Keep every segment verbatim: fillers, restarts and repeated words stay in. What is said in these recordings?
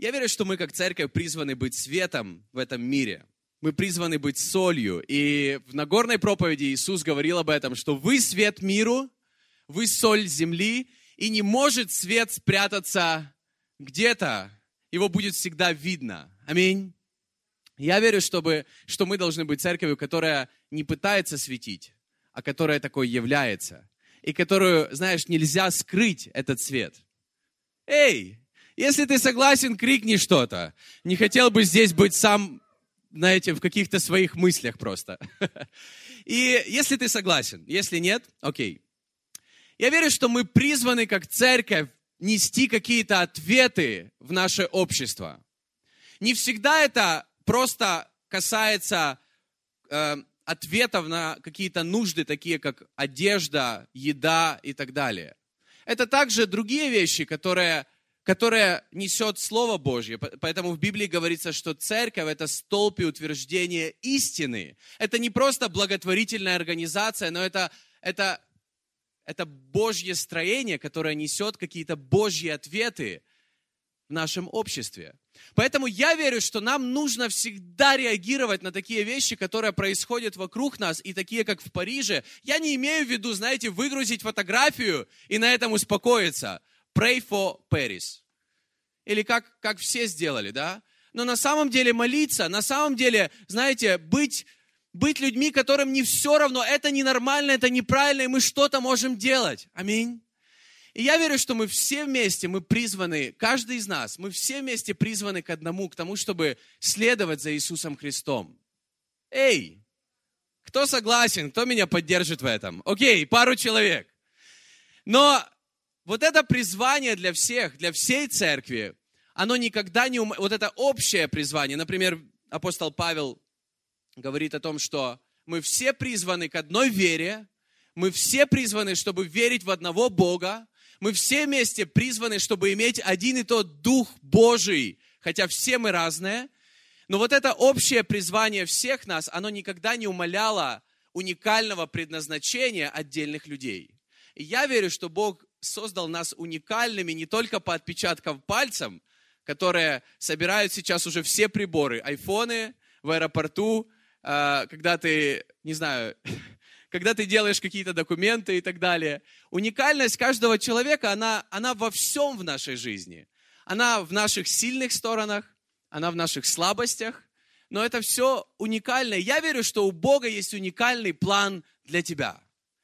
Я верю, что мы как церковь призваны быть светом в этом мире. Мы призваны быть солью. И в Нагорной проповеди Иисус говорил об этом, что вы свет миру, вы соль земли, и не может свет спрятаться где-то. Его будет всегда видно. Аминь. Я верю, чтобы, что мы должны быть церковью, которая не пытается светить, а которая такой является. И которую, знаешь, нельзя скрыть этот свет. Эй, если ты согласен, крикни что-то. Не хотел бы здесь быть сам, знаете, в каких-то своих мыслях просто. И если ты согласен, если нет, окей. Я верю, что мы призваны как церковь нести какие-то ответы в наше общество. Не всегда это просто касается э, ответов на какие-то нужды, такие как одежда, еда и так далее. Это также другие вещи, которые, которые несет Слово Божье. Поэтому в Библии говорится, что церковь – это столб и утверждение истины. Это не просто благотворительная организация, но это, это, это Божье строение, которое несет какие-то Божьи ответы в нашем обществе. Поэтому я верю, что нам нужно всегда реагировать на такие вещи, которые происходят вокруг нас, и такие, как в Париже. Я не имею в виду, знаете, выгрузить фотографию и на этом успокоиться. Pray for Paris. Или как, как все сделали, да? Но на самом деле молиться, на самом деле, знаете, быть, быть людьми, которым не все равно, это ненормально, это неправильно, и мы что-то можем делать. Аминь. И я верю, что мы все вместе, мы призваны, каждый из нас, мы все вместе призваны к одному, к тому, чтобы следовать за Иисусом Христом. Эй, кто согласен, кто меня поддержит в этом? Окей, пару человек. Но вот это призвание для всех, для всей церкви, оно никогда не... Ум... Вот это общее призвание, например, апостол Павел говорит о том, что мы все призваны к одной вере, мы все призваны, чтобы верить в одного Бога, мы все вместе призваны, чтобы иметь один и тот Дух Божий, хотя все мы разные. Но вот это общее призвание всех нас, оно никогда не умаляло уникального предназначения отдельных людей. И я верю, что Бог создал нас уникальными не только по отпечаткам пальцев, которые собирают сейчас уже все приборы, айфоны в аэропорту, когда ты, не знаю... когда ты делаешь какие-то документы и так далее. Уникальность каждого человека, она, она во всем в нашей жизни. Она в наших сильных сторонах, она в наших слабостях, но это все уникальное. Я верю, что у Бога есть уникальный план для тебя.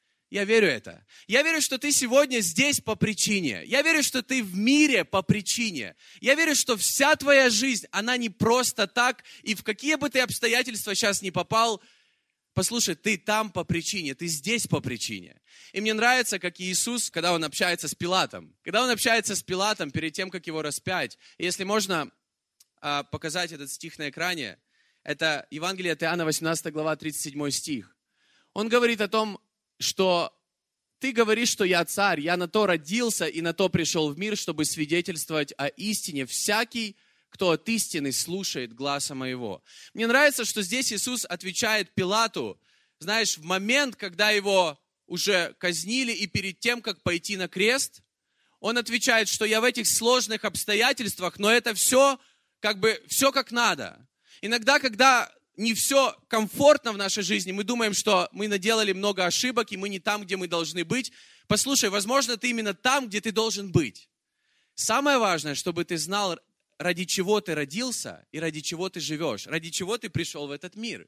Я верю это. Я верю, что ты сегодня здесь по причине. Я верю, что ты в мире по причине. Я верю, что вся твоя жизнь, она не просто так, и в какие бы ты обстоятельства сейчас не попал, послушай, ты там по причине, ты здесь по причине. И мне нравится, как Иисус, когда Он общается с Пилатом. Когда Он общается с Пилатом перед тем, как Его распять. И если можно а, показать этот стих на экране, это Евангелие от Иоанна, восемнадцатая глава, тридцать седьмой стих. Он говорит о том, что ты говоришь, что я царь, я на то родился и на то пришел в мир, чтобы свидетельствовать о истине. Всякий, кто от истины слушает гласа моего. Мне нравится, что здесь Иисус отвечает Пилату, знаешь, в момент, когда его уже казнили и перед тем, как пойти на крест, он отвечает, что я в этих сложных обстоятельствах, но это все как бы, все как надо. Иногда, когда не все комфортно в нашей жизни, мы думаем, что мы наделали много ошибок, и мы не там, где мы должны быть. Послушай, возможно, ты именно там, где ты должен быть. Самое важное, чтобы ты знал, ради чего ты родился и ради чего ты живешь, ради чего ты пришел в этот мир.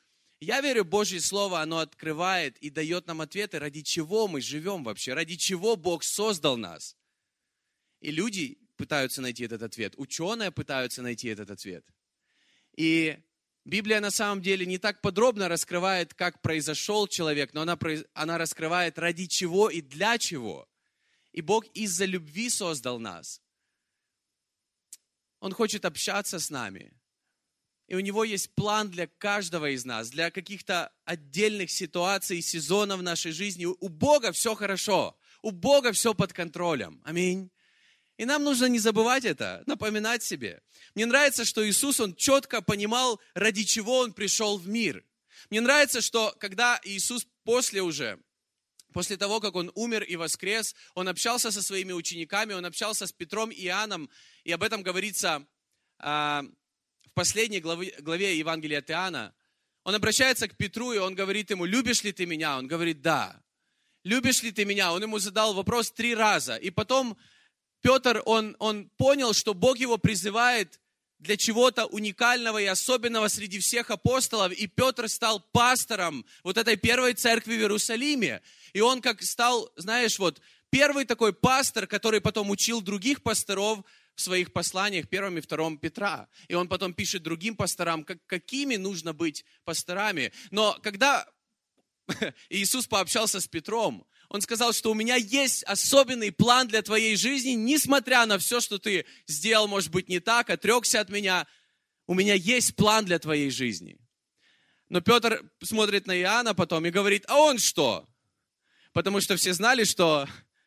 Я верю, Божье Слово, оно открывает и дает нам ответы, ради чего мы живем вообще, ради чего Бог создал нас. И люди пытаются найти этот ответ, ученые пытаются найти этот ответ. И Библия на самом деле не так подробно раскрывает, как произошел человек, но она, она раскрывает, ради чего и для чего. И Бог из-за любви создал нас. Он хочет общаться с нами. И у Него есть план для каждого из нас, для каких-то отдельных ситуаций, сезонов в нашей жизни. У Бога все хорошо. У Бога все под контролем. Аминь. И нам нужно не забывать это, напоминать себе. Мне нравится, что Иисус, Он четко понимал, ради чего Он пришел в мир. Мне нравится, что когда Иисус после уже, после того, как Он умер и воскрес, Он общался со своими учениками, Он общался с Петром и Иоанном, и об этом говорится а, в последней главе, главе Евангелия от Иоанна, он обращается к Петру, и он говорит ему: любишь ли ты меня? Он говорит: да. Любишь ли ты меня? Он ему задал вопрос три раза. И потом Петр, он, он понял, что Бог его призывает для чего-то уникального и особенного среди всех апостолов. И Петр стал пастором вот этой первой церкви в Иерусалиме. И он как стал, знаешь, вот первый такой пастор, который потом учил других пасторов в своих посланиях, первом и втором Петра. И он потом пишет другим пасторам, как, какими нужно быть пасторами. Но когда Иисус пообщался с Петром, Он сказал, что у меня есть особенный план для твоей жизни, несмотря на все, что ты сделал, может быть, не так, отрекся от меня. У меня есть план для твоей жизни. Но Петр смотрит на Иоанна потом и говорит: а он что? Потому что все знали, что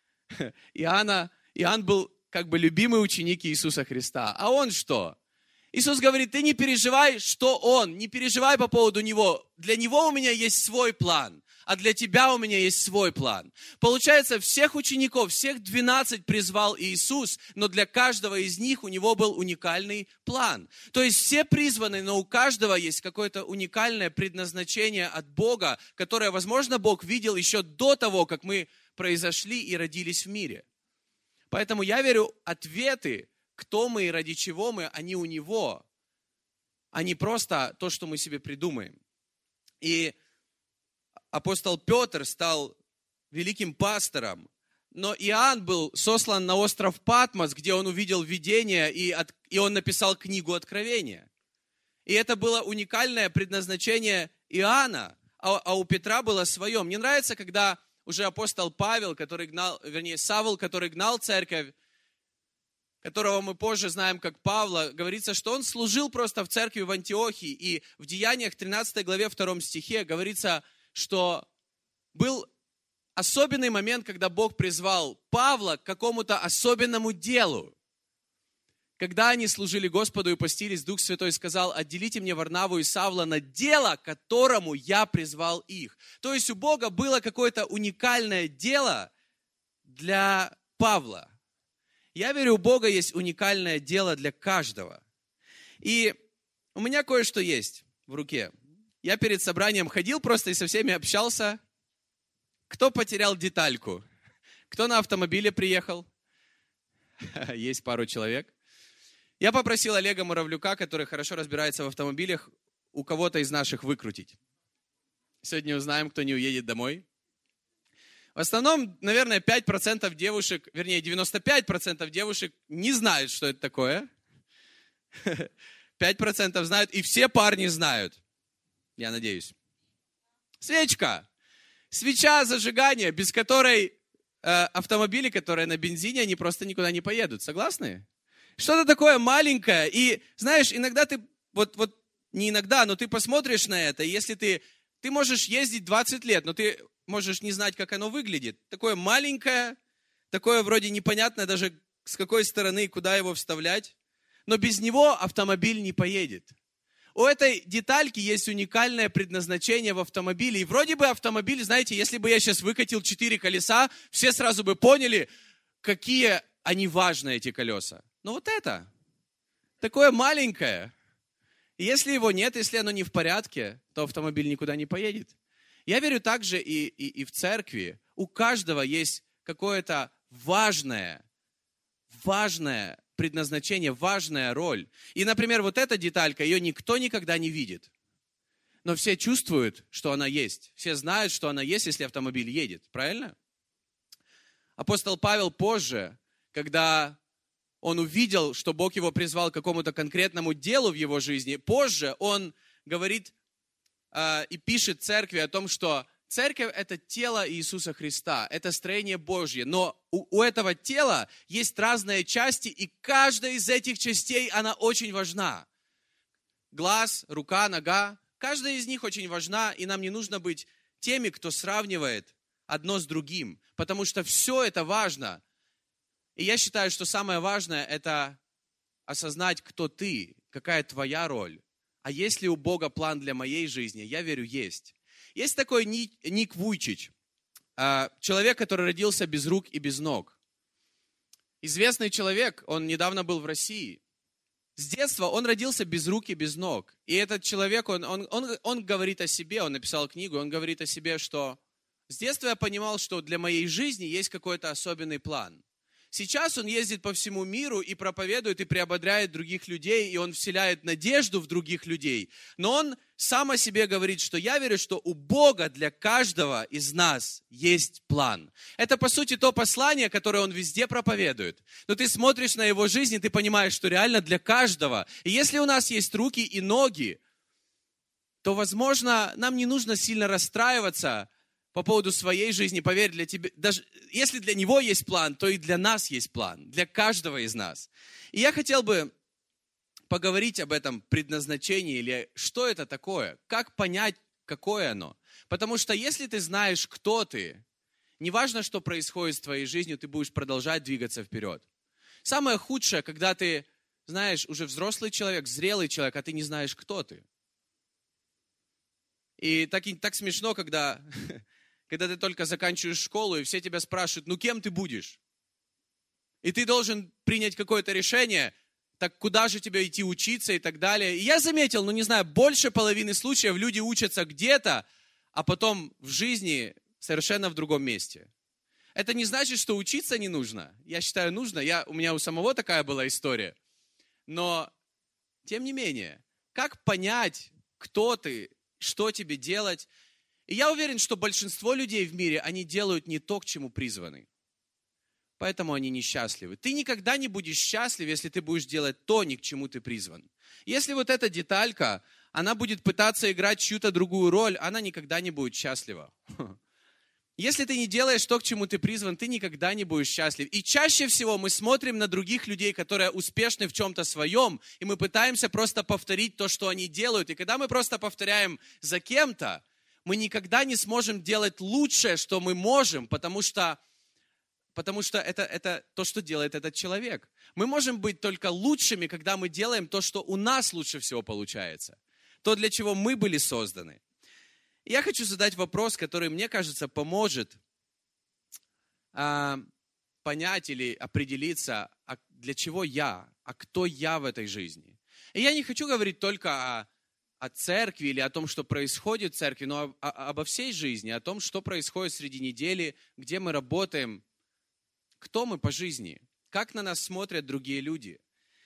Иоанна, Иоанн был как бы любимый ученик Иисуса Христа. А он что? Иисус говорит: ты не переживай, что он, не переживай по поводу него. Для него у меня есть свой план, а для тебя у меня есть свой план. Получается, всех учеников, всех двенадцать призвал Иисус, но для каждого из них у него был уникальный план. То есть все призваны, но у каждого есть какое-то уникальное предназначение от Бога, которое, возможно, Бог видел еще до того, как мы произошли и родились в мире. Поэтому я верю, ответы, кто мы и ради чего мы, они у Него, а не просто то, что мы себе придумаем. И апостол Петр стал великим пастором, но Иоанн был сослан на остров Патмос, где он увидел видение, и, от, и он написал книгу Откровения. И это было уникальное предназначение Иоанна, а, а у Петра было свое. Мне нравится, когда уже апостол Павел, который гнал, вернее, Савл, который гнал церковь, которого мы позже знаем как Павла, говорится, что он служил просто в церкви в Антиохии. И в Деяниях тринадцатой главе втором стихе говорится, что был особенный момент, когда Бог призвал Павла к какому-то особенному делу. Когда они служили Господу и постились, Дух Святой сказал: отделите мне Варнаву и Савла на дело, которому я призвал их. То есть у Бога было какое-то уникальное дело для Павла. Я верю, у Бога есть уникальное дело для каждого. И у меня кое-что есть в руке. Я перед собранием ходил просто и со всеми общался. Кто потерял детальку? Кто на автомобиле приехал? Есть пару человек. Я попросил Олега Муравлюка, который хорошо разбирается в автомобилях, у кого-то из наших выкрутить. Сегодня узнаем, кто не уедет домой. В основном, наверное, пять процентов девушек, вернее, девяносто пять процентов девушек не знают, что это такое. пять процентов знают, и все парни знают. Я надеюсь. Свечка. Свеча зажигания, без которой э, автомобили, которые на бензине, они просто никуда не поедут. Согласны? Что-то такое маленькое. И, знаешь, иногда ты, вот, вот не иногда, но ты посмотришь на это, и если ты, ты можешь ездить двадцать лет, но ты можешь не знать, как оно выглядит. Такое маленькое, такое вроде непонятное даже с какой стороны и куда его вставлять. Но без него автомобиль не поедет. У этой детальки есть уникальное предназначение в автомобиле. И вроде бы автомобиль, знаете, если бы я сейчас выкатил четыре колеса, все сразу бы поняли, какие они важные, эти колеса. Но вот это, такое маленькое. И если его нет, если оно не в порядке, то автомобиль никуда не поедет. Я верю также и, и, и в церкви. У каждого есть какое-то важное, важное предназначение, важная роль. И, например, вот эта деталька, ее никто никогда не видит. Но все чувствуют, что она есть. Все знают, что она есть, если автомобиль едет. Правильно? Апостол Павел позже, когда он увидел, что Бог его призвал к какому-то конкретному делу в его жизни, позже он говорит э, и пишет церкви о том, что церковь – это тело Иисуса Христа, это строение Божье. Но у, у этого тела есть разные части, и каждая из этих частей, она очень важна. Глаз, рука, нога, каждая из них очень важна, и нам не нужно быть теми, кто сравнивает одно с другим, потому что все это важно. И я считаю, что самое важное – это осознать, кто ты, какая твоя роль. А есть ли у Бога план для моей жизни? Я верю, есть. Есть такой Ник Вуйчич, человек, который родился без рук и без ног. Известный человек, он недавно был в России. с детства он родился без рук и без ног. И этот человек, он, он, он, он говорит о себе, он написал книгу, он говорит о себе, что с детства я понимал, что для моей жизни есть какой-то особенный план. Сейчас он ездит по всему миру и проповедует, и приободряет других людей, и он вселяет надежду в других людей. Но он сам о себе говорит, что я верю, что у Бога для каждого из нас есть план. Это, по сути, то послание, которое он везде проповедует. Но ты смотришь на его жизнь, и ты понимаешь, что реально для каждого. И если у нас есть руки и ноги, то, возможно, нам не нужно сильно расстраиваться по поводу своей жизни. Поверь, для тебя, даже если для него есть план, то и для нас есть план, для каждого из нас. И я хотел бы поговорить об этом предназначении, или что это такое, как понять, какое оно. Потому что если ты знаешь, кто ты, неважно, что происходит с твоей жизнью, ты будешь продолжать двигаться вперед. Самое худшее, когда ты, знаешь, уже взрослый человек, зрелый человек, а ты не знаешь, кто ты. И так, так смешно, когда... Когда ты только заканчиваешь школу, и все тебя спрашивают, ну кем ты будешь? И ты должен принять какое-то решение, так куда же тебе идти учиться и так далее. И я заметил, ну не знаю, больше половины случаев люди учатся где-то, а потом в жизни совершенно в другом месте. Это не значит, что учиться не нужно. Я считаю, нужно. Я, у меня у самого такая была история. Но, тем не менее, как понять, кто ты, что тебе делать? И я уверен, что большинство людей в мире, они делают не то, к чему призваны. Поэтому они несчастливы. Ты никогда не будешь счастлив, если ты будешь делать то, ни к чему ты призван. Если вот эта деталька, она будет пытаться играть чью-то другую роль, она никогда не будет счастлива. Если ты не делаешь то, к чему ты призван, ты никогда не будешь счастлив. И чаще всего мы смотрим на других людей, которые успешны в чем-то своем, и мы пытаемся просто повторить то, что они делают. И когда мы просто повторяем за кем-то, мы никогда не сможем делать лучшее, что мы можем, потому что, потому что это, это то, что делает этот человек. Мы можем быть только лучшими, когда мы делаем то, что у нас лучше всего получается. То, для чего мы были созданы. И я хочу задать вопрос, который, мне кажется, поможет а, понять или определиться, а для чего я, а кто я в этой жизни. И я не хочу говорить только о о церкви или о том, что происходит в церкви, но об, обо всей жизни, о том, что происходит среди недели, где мы работаем, кто мы по жизни, как на нас смотрят другие люди.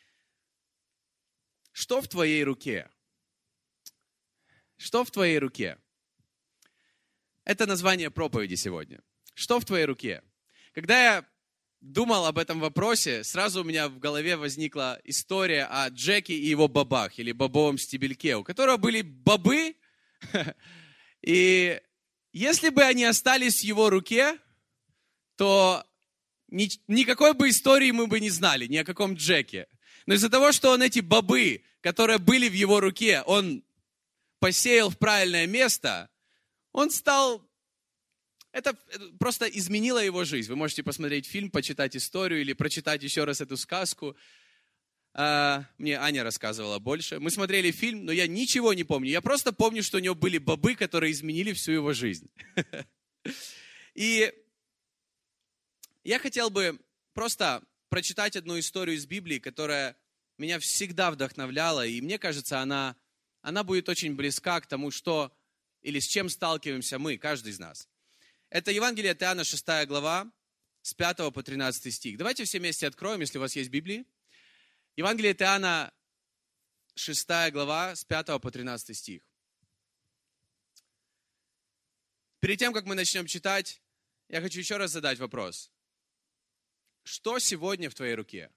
Что в твоей руке? Что в твоей руке? Это название проповеди сегодня. Что в твоей руке? Когда я думал об этом вопросе, сразу у меня в голове возникла история о Джеке и его бобах, или бобовом стебельке, у которого были бобы, и если бы они остались в его руке, то ни, никакой бы истории мы бы не знали, ни о каком Джеке. Но из-за того, что он эти бобы, которые были в его руке, он посеял в правильное место, он стал... Это просто изменило его жизнь. Вы можете посмотреть фильм, почитать историю или прочитать еще раз эту сказку. Мне Аня рассказывала больше. Мы смотрели фильм, но я ничего не помню. Я просто помню, что у него были бобы, которые изменили всю его жизнь. И я хотел бы просто прочитать одну историю из Библии, которая меня всегда вдохновляла. И мне кажется, она, она будет очень близка к тому, что или с чем сталкиваемся мы, каждый из нас. Это Евангелие от Иоанна, шестая глава, с пятого по тринадцатый стих. Давайте все вместе откроем, если у вас есть Библии. Евангелие от Иоанна, шестая глава, с пятого по тринадцатый стих. Перед тем, как мы начнем читать, я хочу еще раз задать вопрос. Что сегодня в твоей руке?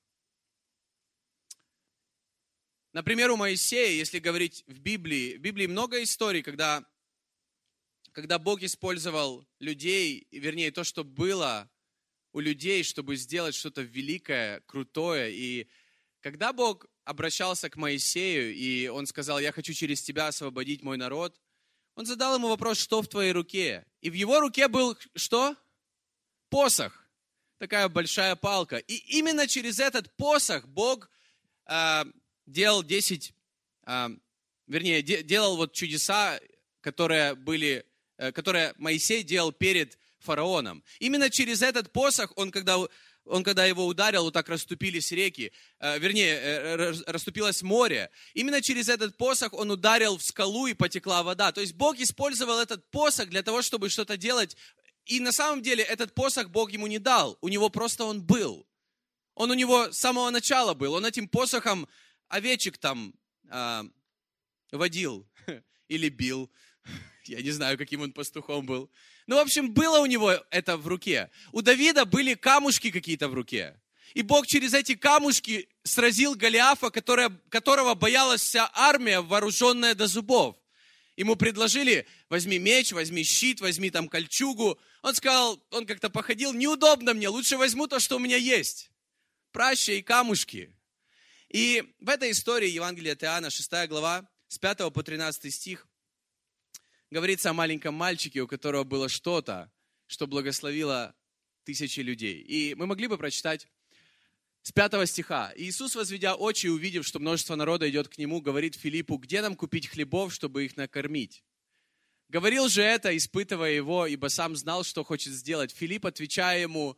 Например, у Моисея, если говорить в Библии, в Библии много историй, когда... Когда Бог использовал людей, вернее, то, что было у людей, чтобы сделать что-то великое, крутое. И когда Бог обращался к Моисею, и он сказал, я хочу через тебя освободить мой народ, он задал ему вопрос, что в твоей руке? И в его руке был что? Посох. Такая большая палка. И именно через этот посох Бог э, делал десять, э, вернее, де, делал вот чудеса, которые были... которое Моисей делал перед фараоном. Именно через этот посох, он, когда он когда его ударил, вот так расступились реки, э, вернее, э, расступилось море. Именно через этот посох он ударил в скалу и потекла вода. То есть Бог использовал этот посох для того, чтобы что-то делать. И на самом деле этот посох Бог ему не дал. У него просто он был. Он у него с самого начала был. Он этим посохом овечек там э, водил или бил. Я не знаю, каким он пастухом был. Ну, в общем, было у него это в руке. У Давида были камушки какие-то в руке. И Бог через эти камушки сразил Голиафа, которая, которого боялась вся армия, вооруженная до зубов. Ему предложили: возьми меч, возьми щит, возьми там кольчугу. Он сказал, он как-то походил: неудобно мне, лучше возьму то, что у меня есть. Праща и камушки. И в этой истории Евангелия от Иоанна, шестая глава, с пятого по тринадцатый стих, говорится о маленьком мальчике, у которого было что-то, что благословило тысячи людей. И мы могли бы прочитать с пятого стиха. «Иисус, возведя очи и увидев, что множество народа идет к Нему, говорит Филиппу: где нам купить хлебов, чтобы их накормить? Говорил же это, испытывая его, ибо сам знал, что хочет сделать. Филипп, отвечая ему: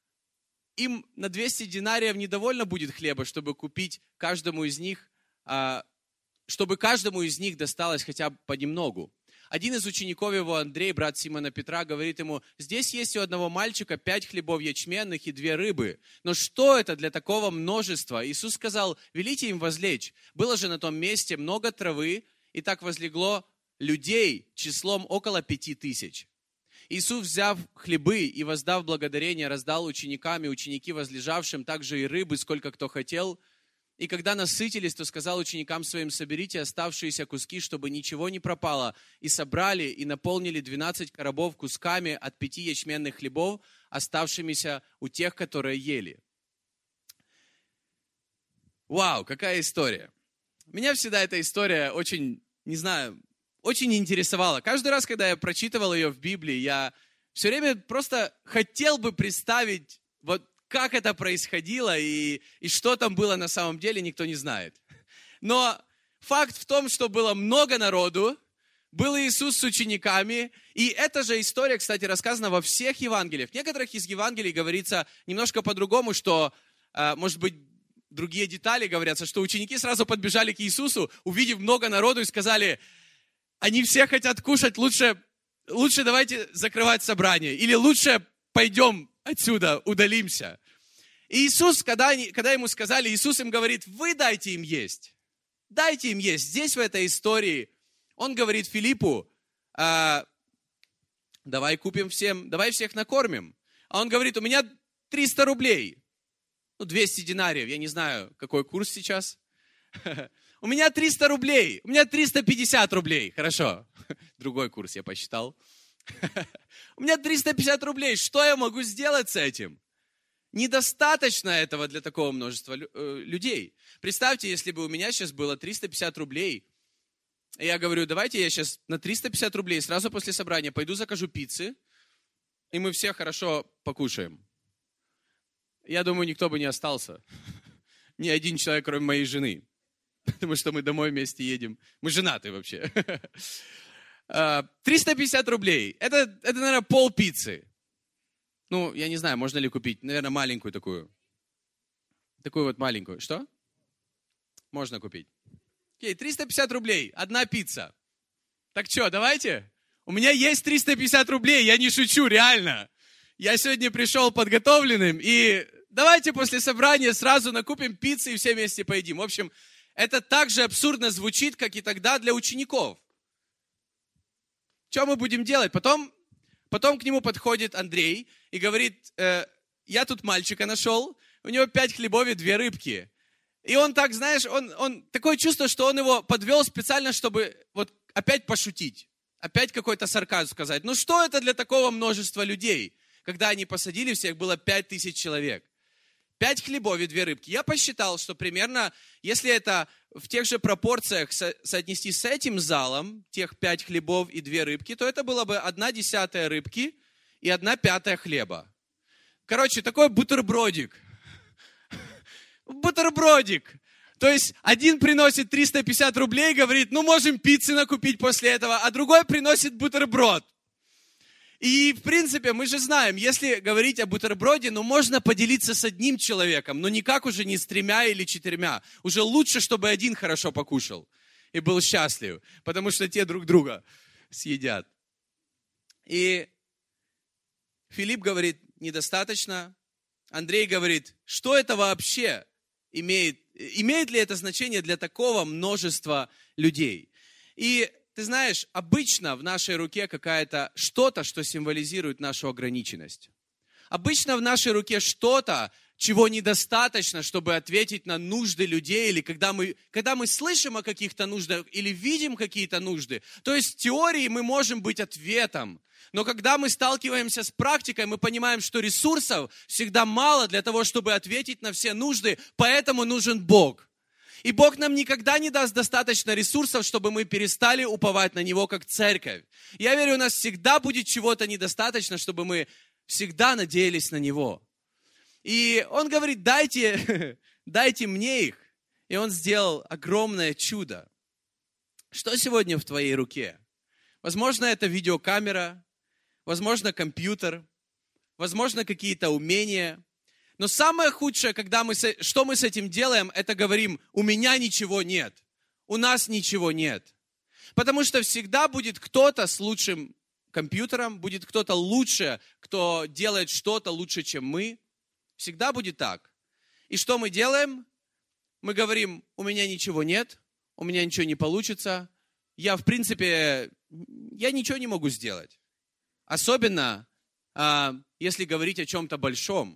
им на двести динариев недовольно будет хлеба, чтобы купить каждому из них, чтобы каждому из них досталось хотя бы понемногу. Один из учеников его, Андрей, брат Симона Петра, говорит ему: здесь есть у одного мальчика пять хлебов ячменных и две рыбы. Но что это для такого множества? Иисус сказал: велите им возлечь. Было же на том месте много травы, и так возлегло людей числом около пяти тысяч. Иисус, взяв хлебы и воздав благодарение, раздал ученикам, и ученики возлежавшим также и рыбы, сколько кто хотел. И когда насытились, то сказал ученикам своим: соберите оставшиеся куски, чтобы ничего не пропало. И собрали, и наполнили двенадцать коробов кусками от пяти ячменных хлебов, оставшимися у тех, которые ели. Вау, какая история. Меня всегда эта история очень, не знаю, очень интересовала. Каждый раз, когда я прочитывал ее в Библии, я все время просто хотел бы представить, вот как это происходило и, и что там было на самом деле, никто не знает. Но факт в том, что было много народу, был Иисус с учениками, и эта же история, кстати, рассказана во всех Евангелиях. В некоторых из Евангелий говорится немножко по-другому, что, может быть, другие детали говорятся, что ученики сразу подбежали к Иисусу, увидев много народу, и сказали: они все хотят кушать, лучше, лучше давайте закрывать собрание, или лучше пойдем отсюда, удалимся. И Иисус, когда, они, когда ему сказали, Иисус им говорит: вы дайте им есть. Дайте им есть. Здесь в этой истории он говорит Филиппу: а, давай купим всем, давай всех накормим. А он говорит: у меня триста рублей. Ну, двести динариев, я не знаю, какой курс сейчас. У меня триста рублей, у меня триста пятьдесят рублей. Хорошо, другой курс я посчитал. У меня триста пятьдесят рублей, что я могу сделать с этим? Недостаточно этого для такого множества людей. Представьте, если бы у меня сейчас было триста пятьдесят рублей, и я говорю: давайте я сейчас на триста пятьдесят рублей сразу после собрания пойду закажу пиццы, и мы все хорошо покушаем. Я думаю, никто бы не остался. Ни один человек, кроме моей жены. Потому что мы домой вместе едем. Мы женаты вообще. триста пятьдесят рублей. Это, это, наверное, пол пиццы. Ну, я не знаю, можно ли купить. Наверное, маленькую такую. Такую вот маленькую. Что? Можно купить. Окей, триста пятьдесят рублей. Одна пицца. Так что, давайте? У меня есть триста пятьдесят рублей. Я не шучу, реально. Я сегодня пришел подготовленным. И давайте после собрания сразу накупим пиццы и все вместе поедим. В общем, это так же абсурдно звучит, как и тогда для учеников. Что мы будем делать? Потом, потом к нему подходит Андрей и говорит: э, я тут мальчика нашел, у него пять хлебов и две рыбки. И он так, знаешь, он, он такое чувство, что он его подвел специально, чтобы вот опять пошутить, опять какой-то сарказм сказать. Ну что это для такого множества людей? Когда они посадили всех, было пять тысяч человек. Пять хлебов и две рыбки. Я посчитал, что примерно, если это в тех же пропорциях со- соотнести с этим залом, тех пять хлебов и две рыбки, то это было бы одна десятая рыбки и одна пятая хлеба. Короче, такой бутербродик. Бутербродик. То есть один приносит триста пятьдесят рублей, говорит: ну можем пиццы накупить после этого, а другой приносит бутерброд. И, в принципе, мы же знаем, если говорить о бутерброде, ну, можно поделиться с одним человеком, но никак уже не с тремя или четырьмя. Уже лучше, чтобы один хорошо покушал и был счастлив, потому что те друг друга съедят. И Филипп говорит, недостаточно. Андрей говорит, что это вообще имеет, имеет ли это значение для такого множества людей? И ты знаешь, обычно в нашей руке какая-то что-то, что символизирует нашу ограниченность. Обычно в нашей руке что-то, чего недостаточно, чтобы ответить на нужды людей, или когда мы, когда мы слышим о каких-то нуждах, или видим какие-то нужды. То есть в теории мы можем быть ответом, но когда мы сталкиваемся с практикой, мы понимаем, что ресурсов всегда мало для того, чтобы ответить на все нужды, поэтому нужен Бог. И Бог нам никогда не даст достаточно ресурсов, чтобы мы перестали уповать на Него как церковь. Я верю, у нас всегда будет чего-то недостаточно, чтобы мы всегда надеялись на Него. И Он говорит, дайте, дайте мне их. И Он сделал огромное чудо. Что сегодня в твоей руке? Возможно, это видеокамера, возможно, компьютер, возможно, какие-то умения. Но самое худшее, когда мы, что мы с этим делаем, это говорим, у меня ничего нет, у нас ничего нет. Потому что всегда будет кто-то с лучшим компьютером, будет кто-то лучше, кто делает что-то лучше, чем мы. Всегда будет так. И что мы делаем? Мы говорим, у меня ничего нет, у меня ничего не получится. Я, в принципе, я ничего не могу сделать. Особенно, если говорить о чем-то большом.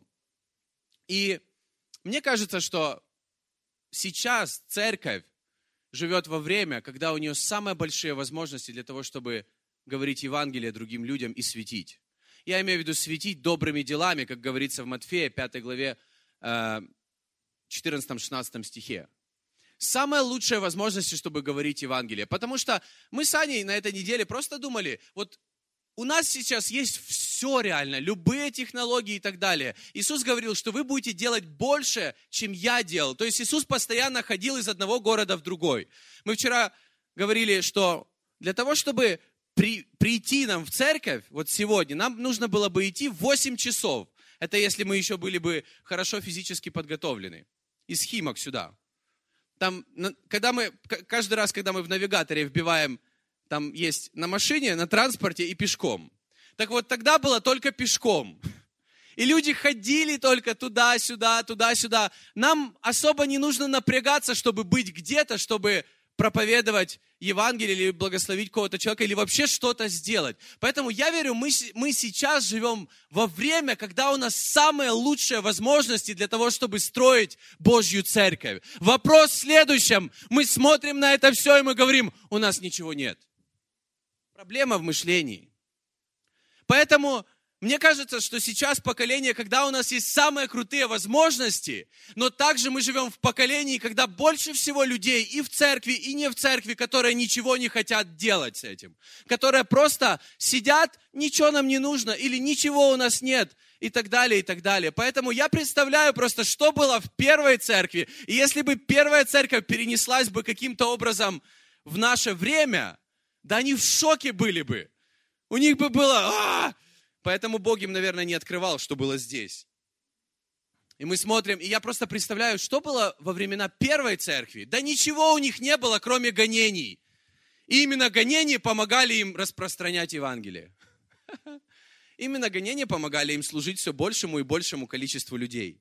И мне кажется, что сейчас церковь живет во время, когда у нее самые большие возможности для того, чтобы говорить Евангелие другим людям и светить. Я имею в виду светить добрыми делами, как говорится в Матфея, пятой главе, четырнадцатом-шестнадцатом стихе. Самая лучшая возможность, чтобы говорить Евангелие. Потому что мы с Аней на этой неделе просто думали, вот у нас сейчас есть все реально, любые технологии и так далее. Иисус говорил, что вы будете делать больше, чем я делал. То есть Иисус постоянно ходил из одного города в другой. Мы вчера говорили, что для того, чтобы при, прийти нам в церковь, вот сегодня, нам нужно было бы идти восемь часов. Это если мы еще были бы хорошо физически подготовлены. Из Химок сюда. Там, когда мы, каждый раз, когда мы в навигаторе вбиваем, там есть на машине, на транспорте и пешком. Так вот, тогда было только пешком. И люди ходили только туда-сюда, туда-сюда. Нам особо не нужно напрягаться, чтобы быть где-то, чтобы проповедовать Евангелие или благословить кого-то человека, или вообще что-то сделать. Поэтому я верю, мы, мы сейчас живем во время, когда у нас самые лучшие возможности для того, чтобы строить Божью церковь. Вопрос в следующем. Мы смотрим на это все, и мы говорим, у нас ничего нет. Проблема в мышлении. Поэтому мне кажется, что сейчас поколение, когда у нас есть самые крутые возможности, но также мы живем в поколении, когда больше всего людей и в церкви, и не в церкви, которые ничего не хотят делать с этим. Которые просто сидят, ничего нам не нужно, или ничего у нас нет, и так далее, и так далее. Поэтому я представляю просто, что было в первой церкви. И если бы первая церковь перенеслась бы каким-то образом в наше время, да они в шоке были бы. У них бы было... А-а-а! Поэтому Бог им, наверное, не открывал, что было здесь. И мы смотрим, и я просто представляю, что было во времена первой церкви. Да ничего у них не было, кроме гонений. И именно гонения помогали им распространять Евангелие. Именно гонения помогали им служить все большему и большему количеству людей.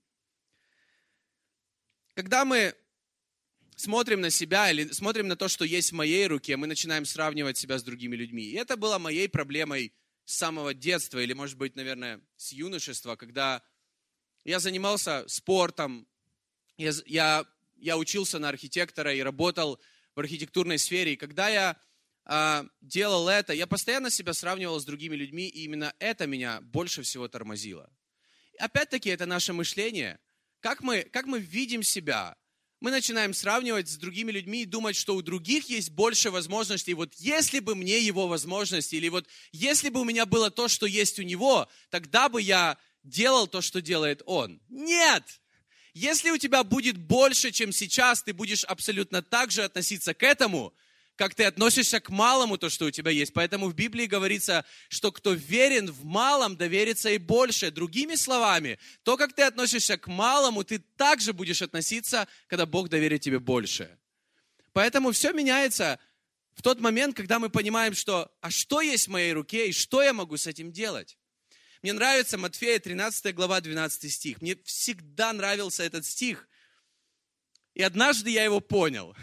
Когда мы смотрим на себя или смотрим на то, что есть в моей руке, мы начинаем сравнивать себя с другими людьми. И это было моей проблемой с самого детства, или, может быть, наверное, с юношества, когда я занимался спортом, я, я, я учился на архитектора и работал в архитектурной сфере. И когда я а, делал это, я постоянно себя сравнивал с другими людьми, и именно это меня больше всего тормозило. Опять-таки, это наше мышление. Как мы, как мы видим себя? Мы начинаем сравнивать с другими людьми и думать, что у других есть больше возможностей. Вот если бы мне его возможности, или вот если бы у меня было то, что есть у него, тогда бы я делал то, что делает он. Нет! Если у тебя будет больше, чем сейчас, ты будешь абсолютно так же относиться к этому, как ты относишься к малому, то, что у тебя есть. Поэтому в Библии говорится, что кто верен в малом, доверится и больше. Другими словами, то, как ты относишься к малому, ты также будешь относиться, когда Бог доверит тебе больше. Поэтому все меняется в тот момент, когда мы понимаем, что а что есть в моей руке и что я могу с этим делать. Мне нравится Матфея тринадцатая глава, двенадцатый стих. Мне всегда нравился этот стих. И однажды я его понял.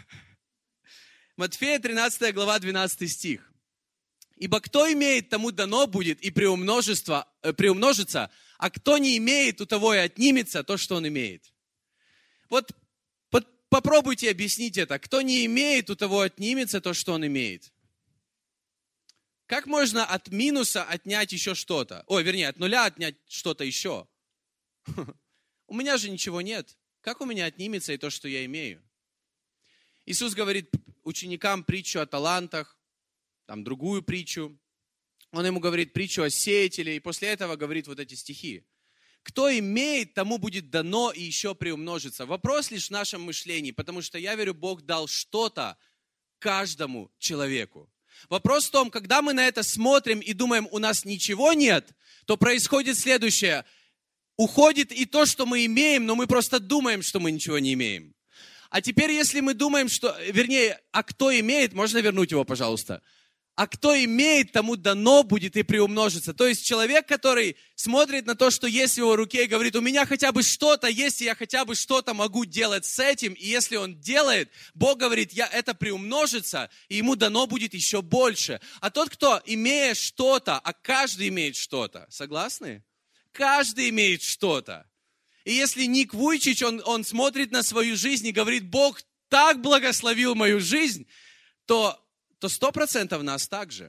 Матфея тринадцатая глава, двенадцатый стих. «Ибо кто имеет, тому дано будет и приумножится, э, приумножится, а кто не имеет, у того и отнимется то, что он имеет». Вот под, попробуйте объяснить это. Кто не имеет, у того отнимется то, что он имеет. Как можно от минуса отнять еще что-то? Ой, вернее, от нуля отнять что-то еще. У меня же ничего нет. Как у меня отнимется и то, что я имею? Иисус говорит ученикам притчу о талантах, там другую притчу. Он ему говорит притчу о сеятеле, и после этого говорит вот эти стихи. Кто имеет, тому будет дано и еще приумножится. Вопрос лишь в нашем мышлении, потому что я верю, Бог дал что-то каждому человеку. Вопрос в том, когда мы на это смотрим и думаем, у нас ничего нет, то происходит следующее. Уходит и то, что мы имеем, но мы просто думаем, что мы ничего не имеем. А теперь, если мы думаем, что, вернее, а кто имеет, можно вернуть его, пожалуйста. А кто имеет, тому дано будет и приумножится. То есть человек, который смотрит на то, что есть в его руке, и говорит, у меня хотя бы что-то есть, и я хотя бы что-то могу делать с этим. И если он делает, Бог говорит, я, это приумножится, и ему дано будет еще больше. А тот, кто, имея что-то, а каждый имеет что-то, согласны? Каждый имеет что-то. И если Ник Вуйчич, он, он смотрит на свою жизнь и говорит, Бог так благословил мою жизнь, то то сто процентов нас так же.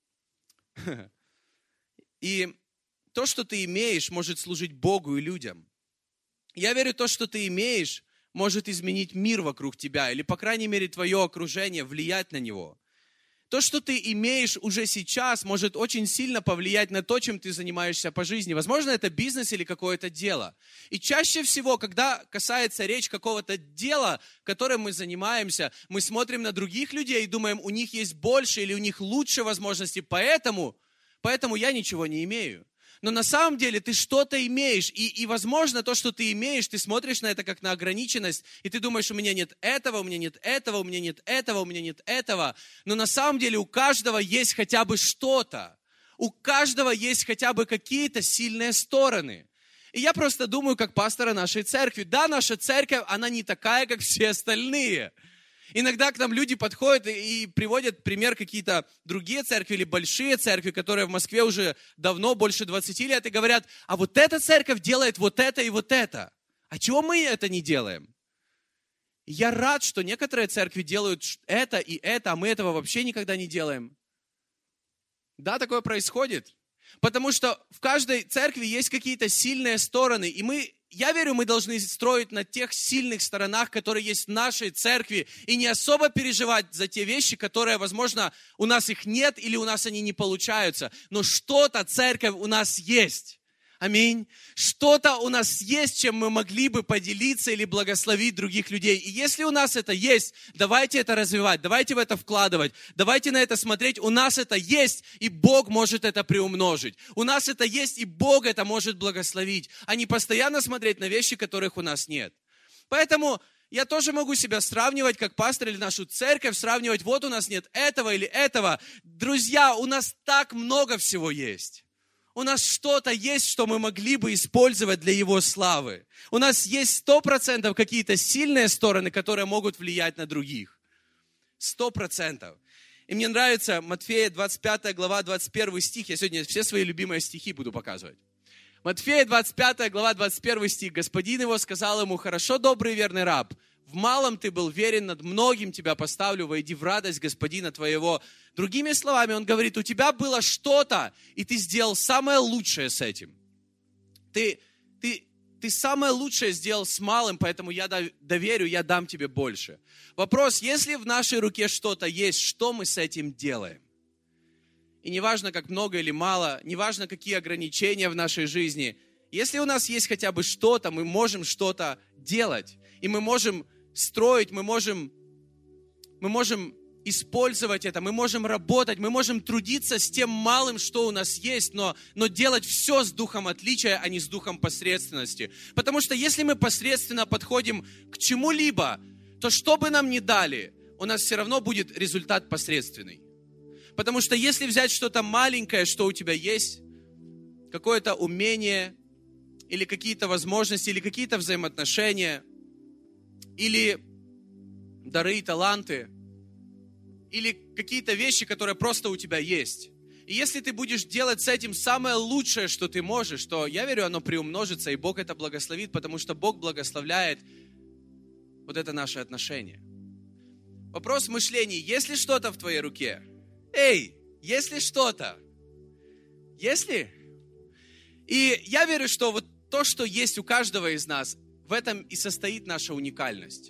И то, что ты имеешь, может служить Богу и людям. Я верю, то, что ты имеешь, может изменить мир вокруг тебя, или, по крайней мере, твое окружение, влиять на него. То, что ты имеешь уже сейчас, может очень сильно повлиять на то, чем ты занимаешься по жизни. Возможно, это бизнес или какое-то дело. И чаще всего, когда касается речь какого-то дела, которым мы занимаемся, мы смотрим на других людей и думаем, у них есть больше или у них лучше возможности, поэтому, поэтому я ничего не имею. Но на самом деле ты что-то имеешь, и, и, возможно, то, что ты имеешь, ты смотришь на это как на ограниченность, и ты думаешь, у меня нет этого, у меня нет этого, у меня нет этого, у меня нет этого. Но на самом деле у каждого есть хотя бы что-то. У каждого есть хотя бы какие-то сильные стороны. И я просто думаю, как пастора нашей церкви. Да, наша церковь, она не такая, как все остальные. Иногда к нам люди подходят и приводят пример какие-то другие церкви или большие церкви, которые в Москве уже давно, больше двадцати лет, и говорят, а вот эта церковь делает вот это и вот это. А чего мы это не делаем? Я рад, что некоторые церкви делают это и это, а мы этого вообще никогда не делаем. Да, такое происходит. Потому что в каждой церкви есть какие-то сильные стороны, и мы... Я верю, мы должны строить на тех сильных сторонах, которые есть в нашей церкви, и не особо переживать за те вещи, которые, возможно, у нас их нет или у нас они не получаются. Но что-то церковь у нас есть. Аминь. Что-то у нас есть, чем мы могли бы поделиться или благословить других людей. И если у нас это есть, давайте это развивать, давайте в это вкладывать, давайте на это смотреть. У нас это есть, и Бог может это приумножить. У нас это есть, и Бог это может благословить, а не постоянно смотреть на вещи, которых у нас нет. Поэтому я тоже могу себя сравнивать, как пастор или нашу церковь, сравнивать, вот у нас нет этого или этого. Друзья, у нас так много всего есть. У нас что-то есть, что мы могли бы использовать для Его славы. У нас есть сто процентов какие-то сильные стороны, которые могут влиять на других. Сто процентов. И мне нравится Матфея двадцать пятая глава, двадцать первый стих. Я сегодня все свои любимые стихи буду показывать. Матфея двадцать пятая глава, двадцать первый стих. Господин его сказал ему, хорошо, добрый и верный раб. В малом ты был верен, над многим тебя поставлю, войди в радость Господина твоего. Другими словами, он говорит, у тебя было что-то, и ты сделал самое лучшее с этим. Ты, ты, ты самое лучшее сделал с малым, поэтому я доверю, я дам тебе больше. Вопрос, если в нашей руке что-то есть, что мы с этим делаем? И неважно, как много или мало, неважно, какие ограничения в нашей жизни, если у нас есть хотя бы что-то, мы можем что-то делать, и мы можем строить, мы можем, мы можем использовать это, мы можем работать, мы можем трудиться с тем малым, что у нас есть, но, но делать все с духом отличия, а не с духом посредственности. Потому что если мы посредственно подходим к чему-либо, то что бы нам ни дали, у нас все равно будет результат посредственный. Потому что если взять что-то маленькое, что у тебя есть, какое-то умение, или какие-то возможности, или какие-то взаимоотношения, или дары и таланты, или какие-то вещи, которые просто у тебя есть. И если ты будешь делать с этим самое лучшее, что ты можешь, то, я верю, оно приумножится, и Бог это благословит, потому что Бог благословляет вот это наше отношение. Вопрос мышления. Есть ли что-то в твоей руке? Эй, есть ли что-то? Есть ли? И я верю, что вот то, что есть у каждого из нас, в этом и состоит наша уникальность.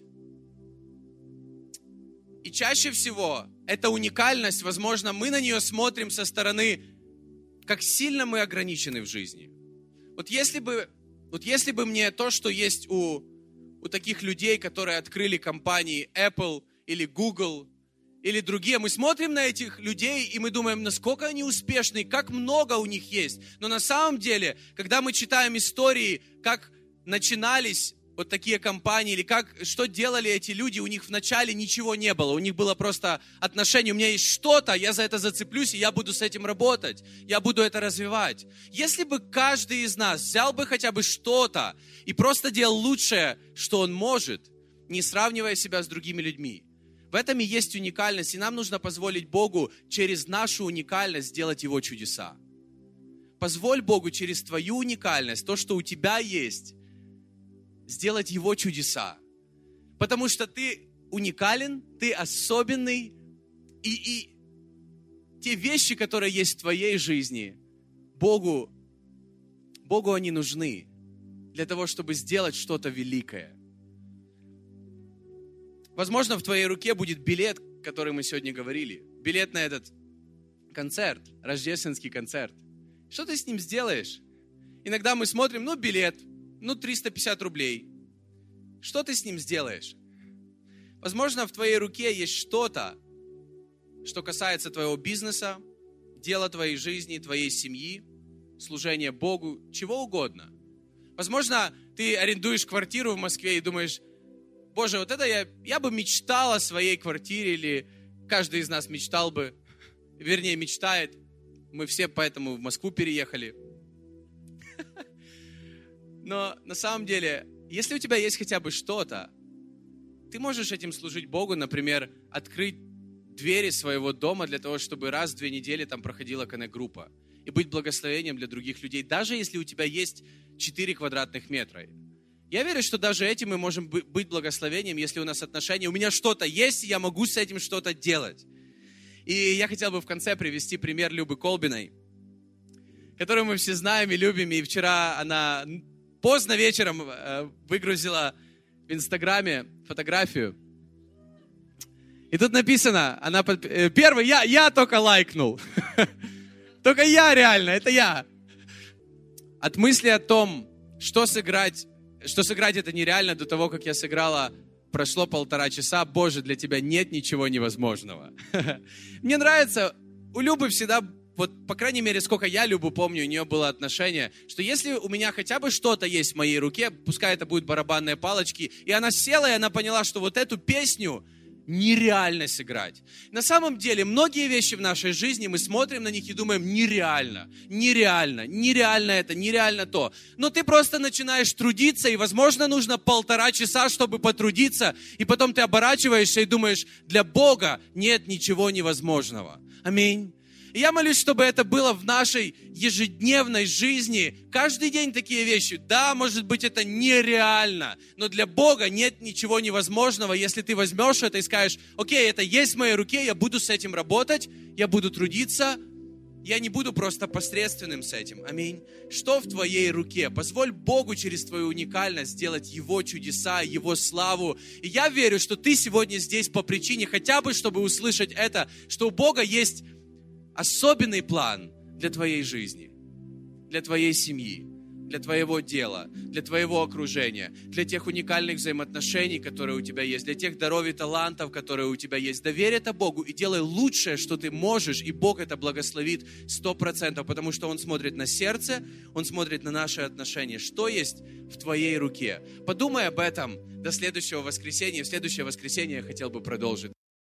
И чаще всего эта уникальность, возможно, мы на нее смотрим со стороны, как сильно мы ограничены в жизни. Вот если бы, вот если бы мне то, что есть у, у таких людей, которые открыли компании Apple или Google, или другие, мы смотрим на этих людей, и мы думаем, насколько они успешны, как много у них есть. Но на самом деле, когда мы читаем истории, как начинались вот такие компании, или как, что делали эти люди, у них вначале ничего не было, у них было просто отношение, у меня есть что-то, я за это зацеплюсь, и я буду с этим работать, я буду это развивать. Если бы каждый из нас взял бы хотя бы что-то и просто делал лучшее, что он может, не сравнивая себя с другими людьми, в этом и есть уникальность, и нам нужно позволить Богу через нашу уникальность сделать Его чудеса. Позволь Богу через твою уникальность, то, что у тебя есть, сделать Его чудеса. Потому что ты уникален, ты особенный, и, и те вещи, которые есть в твоей жизни, Богу, Богу они нужны для того, чтобы сделать что-то великое. Возможно, в твоей руке будет билет, который мы сегодня говорили. Билет на этот концерт, рождественский концерт. Что ты с ним сделаешь? Иногда мы смотрим, ну, билет, ну, триста пятьдесят рублей. Что ты с ним сделаешь? Возможно, в твоей руке есть что-то, что касается твоего бизнеса, дела твоей жизни, твоей семьи, служения Богу, чего угодно. Возможно, ты арендуешь квартиру в Москве и думаешь, Боже, вот это я, я бы мечтал о своей квартире, или каждый из нас мечтал бы, вернее, мечтает. Мы все поэтому в Москву переехали. Но на самом деле, если у тебя есть хотя бы что-то, ты можешь этим служить Богу, например, открыть двери своего дома для того, чтобы раз в две недели там проходила коннект-группа и быть благословением для других людей, даже если у тебя есть четыре квадратных метра. Я верю, что даже этим мы можем быть благословением, если у нас отношения, у меня что-то есть, и я могу с этим что-то делать. И я хотел бы в конце привести пример Любы Колбиной, которую мы все знаем и любим, и вчера она поздно вечером выгрузила в Инстаграме фотографию. И тут написано, она под... первый, я, я только лайкнул. Только я реально, это я. От мысли о том, что сыграть, что сыграть это нереально, до того, как я сыграла, прошло полтора часа. Боже, для тебя нет ничего невозможного. Мне нравится, у Любы всегда, вот по крайней мере, сколько я Любу помню, у нее было отношение, что если у меня хотя бы что-то есть в моей руке, пускай это будут барабанные палочки, и она села, и она поняла, что вот эту песню нереально сыграть. На самом деле, многие вещи в нашей жизни, мы смотрим на них и думаем, нереально, нереально, нереально это, нереально то. Но ты просто начинаешь трудиться, и, возможно, нужно полтора часа, чтобы потрудиться, и потом ты оборачиваешься и думаешь, для Бога нет ничего невозможного. Аминь. И я молюсь, чтобы это было в нашей ежедневной жизни. Каждый день такие вещи. Да, может быть, это нереально, но для Бога нет ничего невозможного, если ты возьмешь это и скажешь, окей, это есть в моей руке, я буду с этим работать, я буду трудиться, я не буду просто посредственным с этим. Аминь. Что в твоей руке? Позволь Богу через твою уникальность сделать Его чудеса, Его славу. И я верю, что ты сегодня здесь по причине, хотя бы, чтобы услышать это, что у Бога есть особенный план для твоей жизни, для твоей семьи. для твоего дела, для твоего окружения, для тех уникальных взаимоотношений, которые у тебя есть, для тех даров и талантов, которые у тебя есть. Доверь это Богу и делай лучшее, что ты можешь, и Бог это благословит сто процентов, потому что Он смотрит на сердце, Он смотрит на наши отношения. Что есть в твоей руке? Подумай об этом до следующего воскресенья. В следующее воскресенье я хотел бы продолжить.